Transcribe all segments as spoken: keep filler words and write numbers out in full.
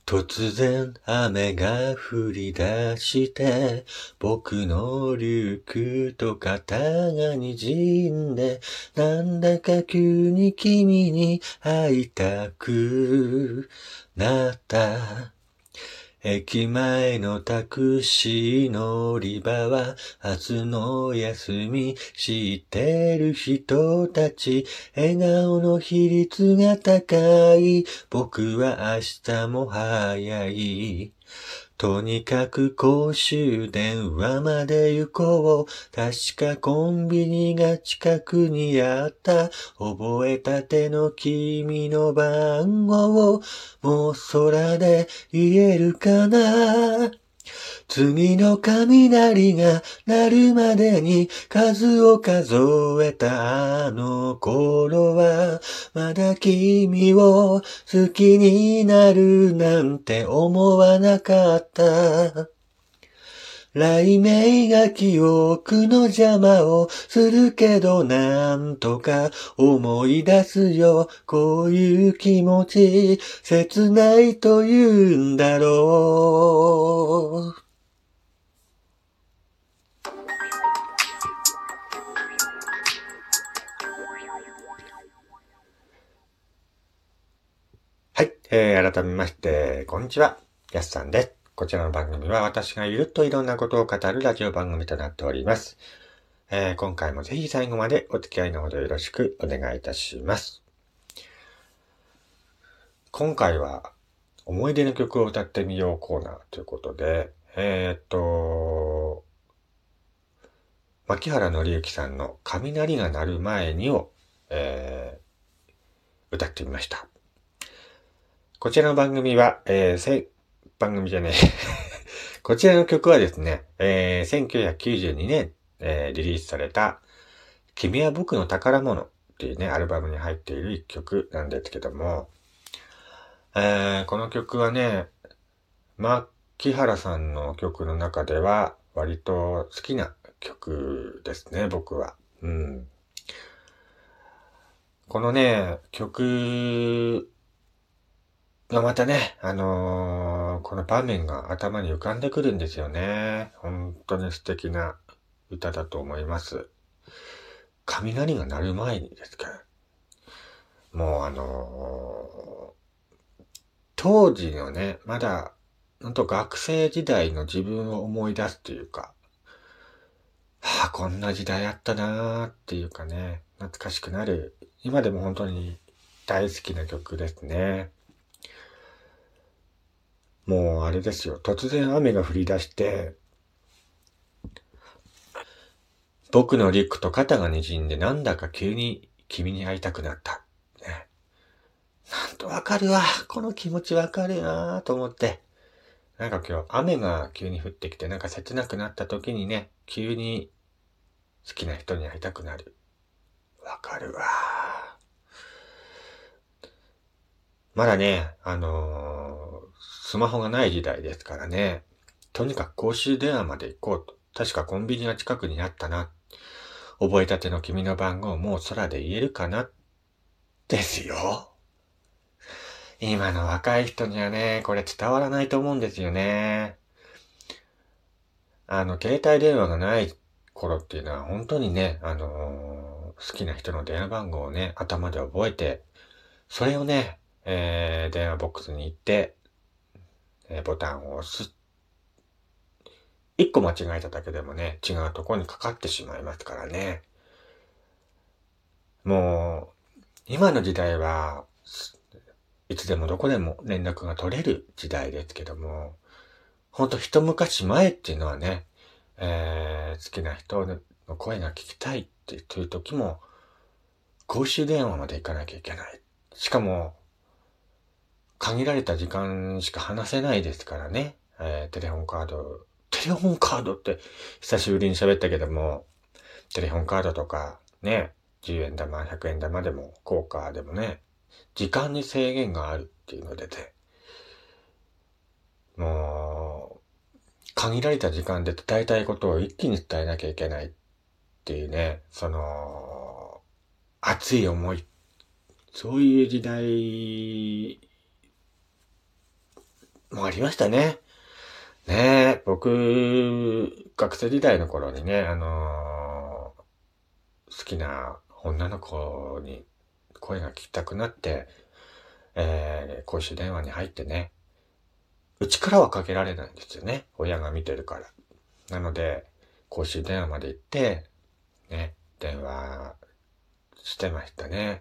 突然雨が降り出して、僕のリュックと肩が滲んで、なんだか急に君に会いたくなった。駅前のタクシー乗り場は明日の休み、知ってる人たち、笑顔の比率が高い。僕は明日も早い。とにかく公衆電話まで行こう。確かコンビニが近くにあった。覚えたての君の番号。もう空で言えるかな。次の雷が鳴るまでに数を数えたあの頃は、まだ君を好きになるなんて思わなかった。雷鳴が記憶の邪魔をするけど、なんとか思い出すよ。こういう気持ち、切ないと言うんだろう。はい、えー、改めまして、こんにちは。やすさんです。こちらの番組は私がゆるっといろんなことを語るラジオ番組となっております。えー、今回もぜひ最後までお付き合いのほどよろしくお願いいたします。今回は思い出の曲を歌ってみようコーナーということで、えー、っと、牧原紀之さんの雷が鳴る前にを、えー、歌ってみました。こちらの番組は、えー、せ、番組じゃねえ。こちらの曲はですね、えー、せんきゅうひゃくきゅうじゅうにねん、えー、リリースされた、君は僕の宝物っていうね、アルバムに入っている一曲なんですけども、えー、この曲はね、牧原さんの曲の中では割と好きな曲ですね、僕は。うん。このね、曲がまたね、あのー、この場面が頭に浮かんでくるんですよね。本当に素敵な歌だと思います。雷が鳴る前にですか。もうあのー、当時のね、まだ、ほんと学生時代の自分を思い出すというか、はあ、こんな時代あったなーっていうかね、懐かしくなる。今でも本当に大好きな曲ですね。もうあれですよ。突然雨が降り出して、僕のリュックと肩が滲んでなんだか急に君に会いたくなった。ね、なんとわかるわ。この気持ちわかるなと思って。なんか今日雨が急に降ってきてなんか切なくなった時にね、急に好きな人に会いたくなる。わかるわ。まだね、あのー、スマホがない時代ですからね。とにかく公衆電話まで行こうと。確かコンビニが近くにあったな。覚えたての君の番号もう空で言えるかな。ですよ。今の若い人にはね、これ伝わらないと思うんですよね。あの、携帯電話がない頃っていうのは本当にね、あのー、好きな人の電話番号をね、頭で覚えて、それをね、えー、電話ボックスに行って、えー、ボタンを押す。一個間違えただけでもね、違うところにかかってしまいますからね。もう、今の時代は、いつでもどこでも連絡が取れる時代ですけども、ほんと一昔前っていうのはね、えー、好きな人の声が聞きたいっていう時も、公衆電話まで行かなきゃいけない。しかも、限られた時間しか話せないですからね。えー、テレホンカード、テレホンカードって久しぶりに喋ったけども、テレホンカードとかね、じゅうえん玉、ひゃくえん玉でも、効果でもね、時間に制限があるっていうのでね、もう、限られた時間で伝えたいことを一気に伝えなきゃいけないっていうね、その、熱い思い。そういう時代もありましたね。ねえ、僕、学生時代の頃にね、あのー好きな女の子に声が聞きたくなって、えー、公衆電話に入ってね、うちからはかけられないんですよね。親が見てるから。なので、公衆電話まで行って、ね、電話してましたね。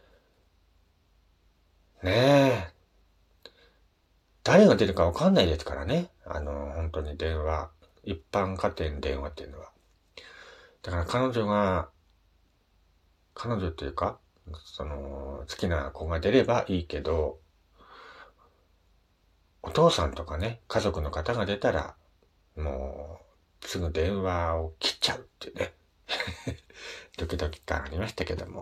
ねえ。誰が出るかわかんないですからね。あの、本当に電話。一般家庭の電話っていうのは。だから彼女が、彼女っていうか、その、好きな子が出ればいいけど、お父さんとかね、家族の方が出たら、もう、すぐ電話を切っちゃうっていうね。ドキドキ感ありましたけども。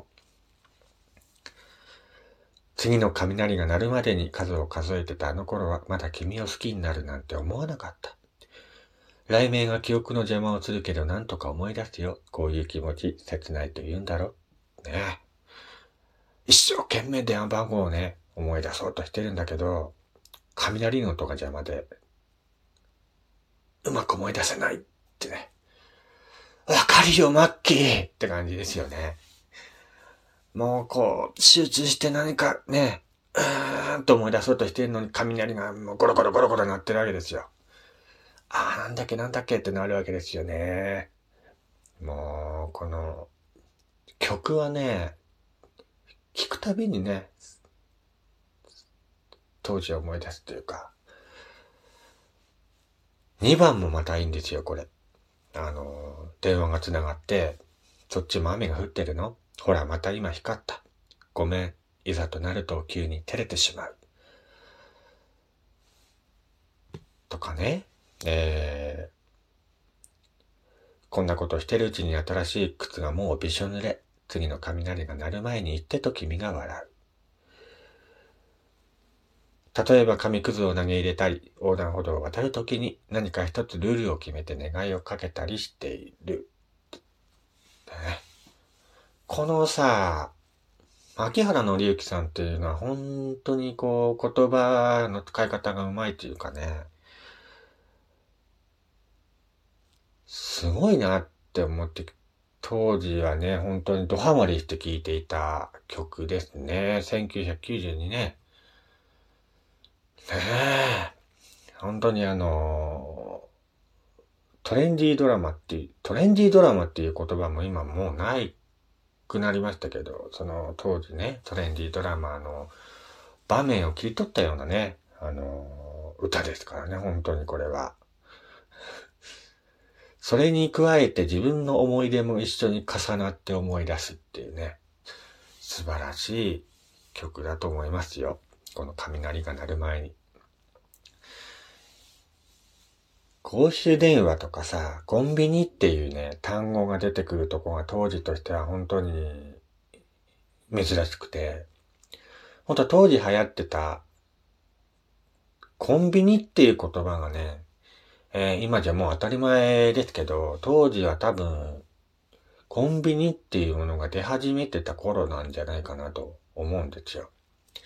次の雷が鳴るまでに数を数えてたあの頃は、まだ君を好きになるなんて思わなかった。雷鳴が記憶の邪魔をするけど、なんとか思い出すよ。こういう気持ち、切ないと言うんだろ。ねえ。一生懸命電話番号をね、思い出そうとしてるんだけど、雷の音が邪魔で、うまく思い出せないってね。わかるよ、マッキーって感じですよね。もうこう、集中して何かね、うーんと思い出そうとしてるのに雷がもうゴロゴロゴロゴロ鳴ってるわけですよ。ああ、なんだっけなんだっけってなるわけですよね。もう、この、曲はね、聞くたびにね、当時を思い出すというか、にばんもまたいいんですよ、これ。あの、電話がつながって、そっちも雨が降ってるの？ほら、また今光った。ごめん。いざとなると急に照れてしまう。とかね。えー、こんなことしてるうちに新しい靴がもうびしょ濡れ。次の雷が鳴る前に行ってと君が笑う。例えば紙くずを投げ入れたり、横断歩道を渡るときに何か一つルールを決めて願いをかけたりしている。ね、このさ、秋原紀之さんっていうのは本当にこう言葉の使い方がうまいというかね、すごいなって思って、当時はね、本当にドハマりして聴いていた曲ですね。せんきゅうひゃくきゅうじゅうにね。ねえ。本当にあの、トレンディードラマっていう、トレンディードラマっていう言葉も今もうないくなりましたけど、その当時ね、トレンディードラマの場面を切り取ったようなね、あの、歌ですからね、本当にこれは。それに加えて自分の思い出も一緒に重なって思い出すっていうね、素晴らしい曲だと思いますよ。この雷が鳴る前に。公衆電話とかさ、コンビニっていうね、単語が出てくるとこが当時としては本当に珍しくて、本当当時流行ってたコンビニっていう言葉がね、えー今じゃもう当たり前ですけど、当時は多分、コンビニっていうものが出始めてた頃なんじゃないかなと思うんですよ。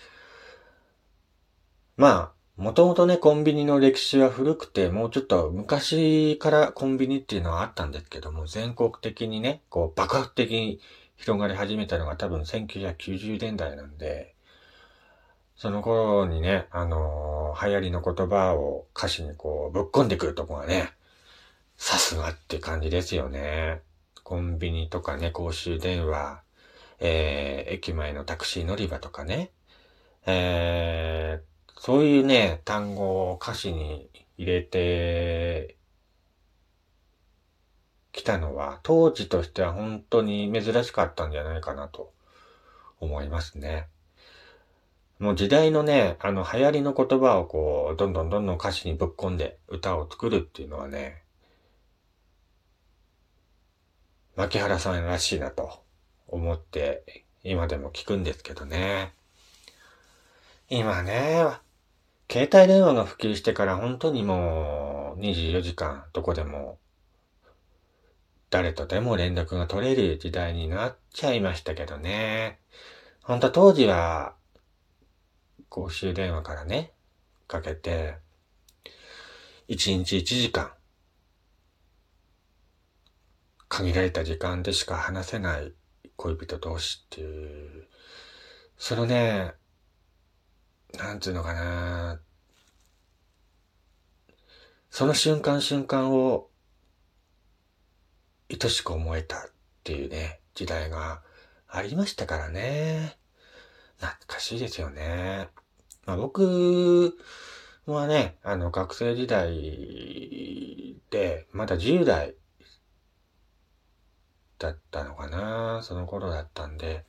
まあ、もともとね、コンビニの歴史は古くて、もうちょっと昔からコンビニっていうのはあったんですけども、全国的にね、こう爆発的に広がり始めたのが多分せんきゅうひゃくきゅうじゅうねんだいなんで、その頃にね、あのー流行りの言葉を歌詞にこうぶっ込んでくるとこがね、さすがって感じですよね。コンビニとかね、公衆電話、えー、駅前のタクシー乗り場とかね、えー、そういうね、単語を歌詞に入れてきたのは、当時としては本当に珍しかったんじゃないかなと思いますね。もう時代のね、あの流行りの言葉をこう、どんどんどんどん歌詞にぶっ込んで歌を作るっていうのはね、牧原さんらしいなと思って今でも聞くんですけどね。今ね、携帯電話が普及してから本当にもうにじゅうよじかんどこでも誰とでも連絡が取れる時代になっちゃいましたけどね。本当当時は公衆電話からね、 かけて、いちにちいちじかん、限られた時間でしか話せない恋人同士っていう、そのね、なんつうのかな、その瞬間瞬間を愛しく思えたっていうね、時代がありましたからね。懐かしいですよね。まあ、僕はね、あの学生時代で、まだじゅう代だったのかな、その頃だったんで、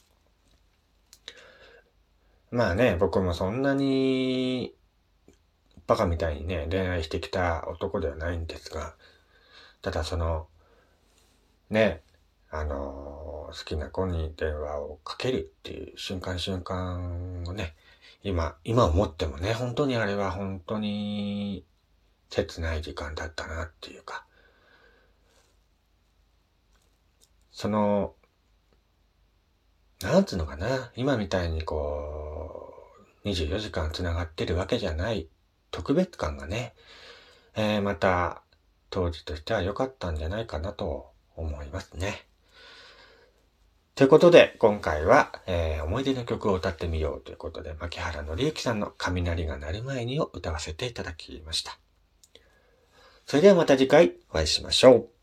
まあね、僕もそんなにバカみたいにね、恋愛してきた男ではないんですが、ただその、ね、あの、好きな子に電話をかけるっていう瞬間瞬間をね、今、今思ってもね、本当にあれは本当に切ない時間だったなっていうか、その、なんつうのかな、今みたいにこう、にじゅうよじかん繋がってるわけじゃない特別感がね、えー、また当時としては良かったんじゃないかなと思いますね。ということで、今回は、えー、思い出の曲を歌ってみようということで、牧原紀之さんの雷が鳴る前にを歌わせていただきました。それではまた次回お会いしましょう。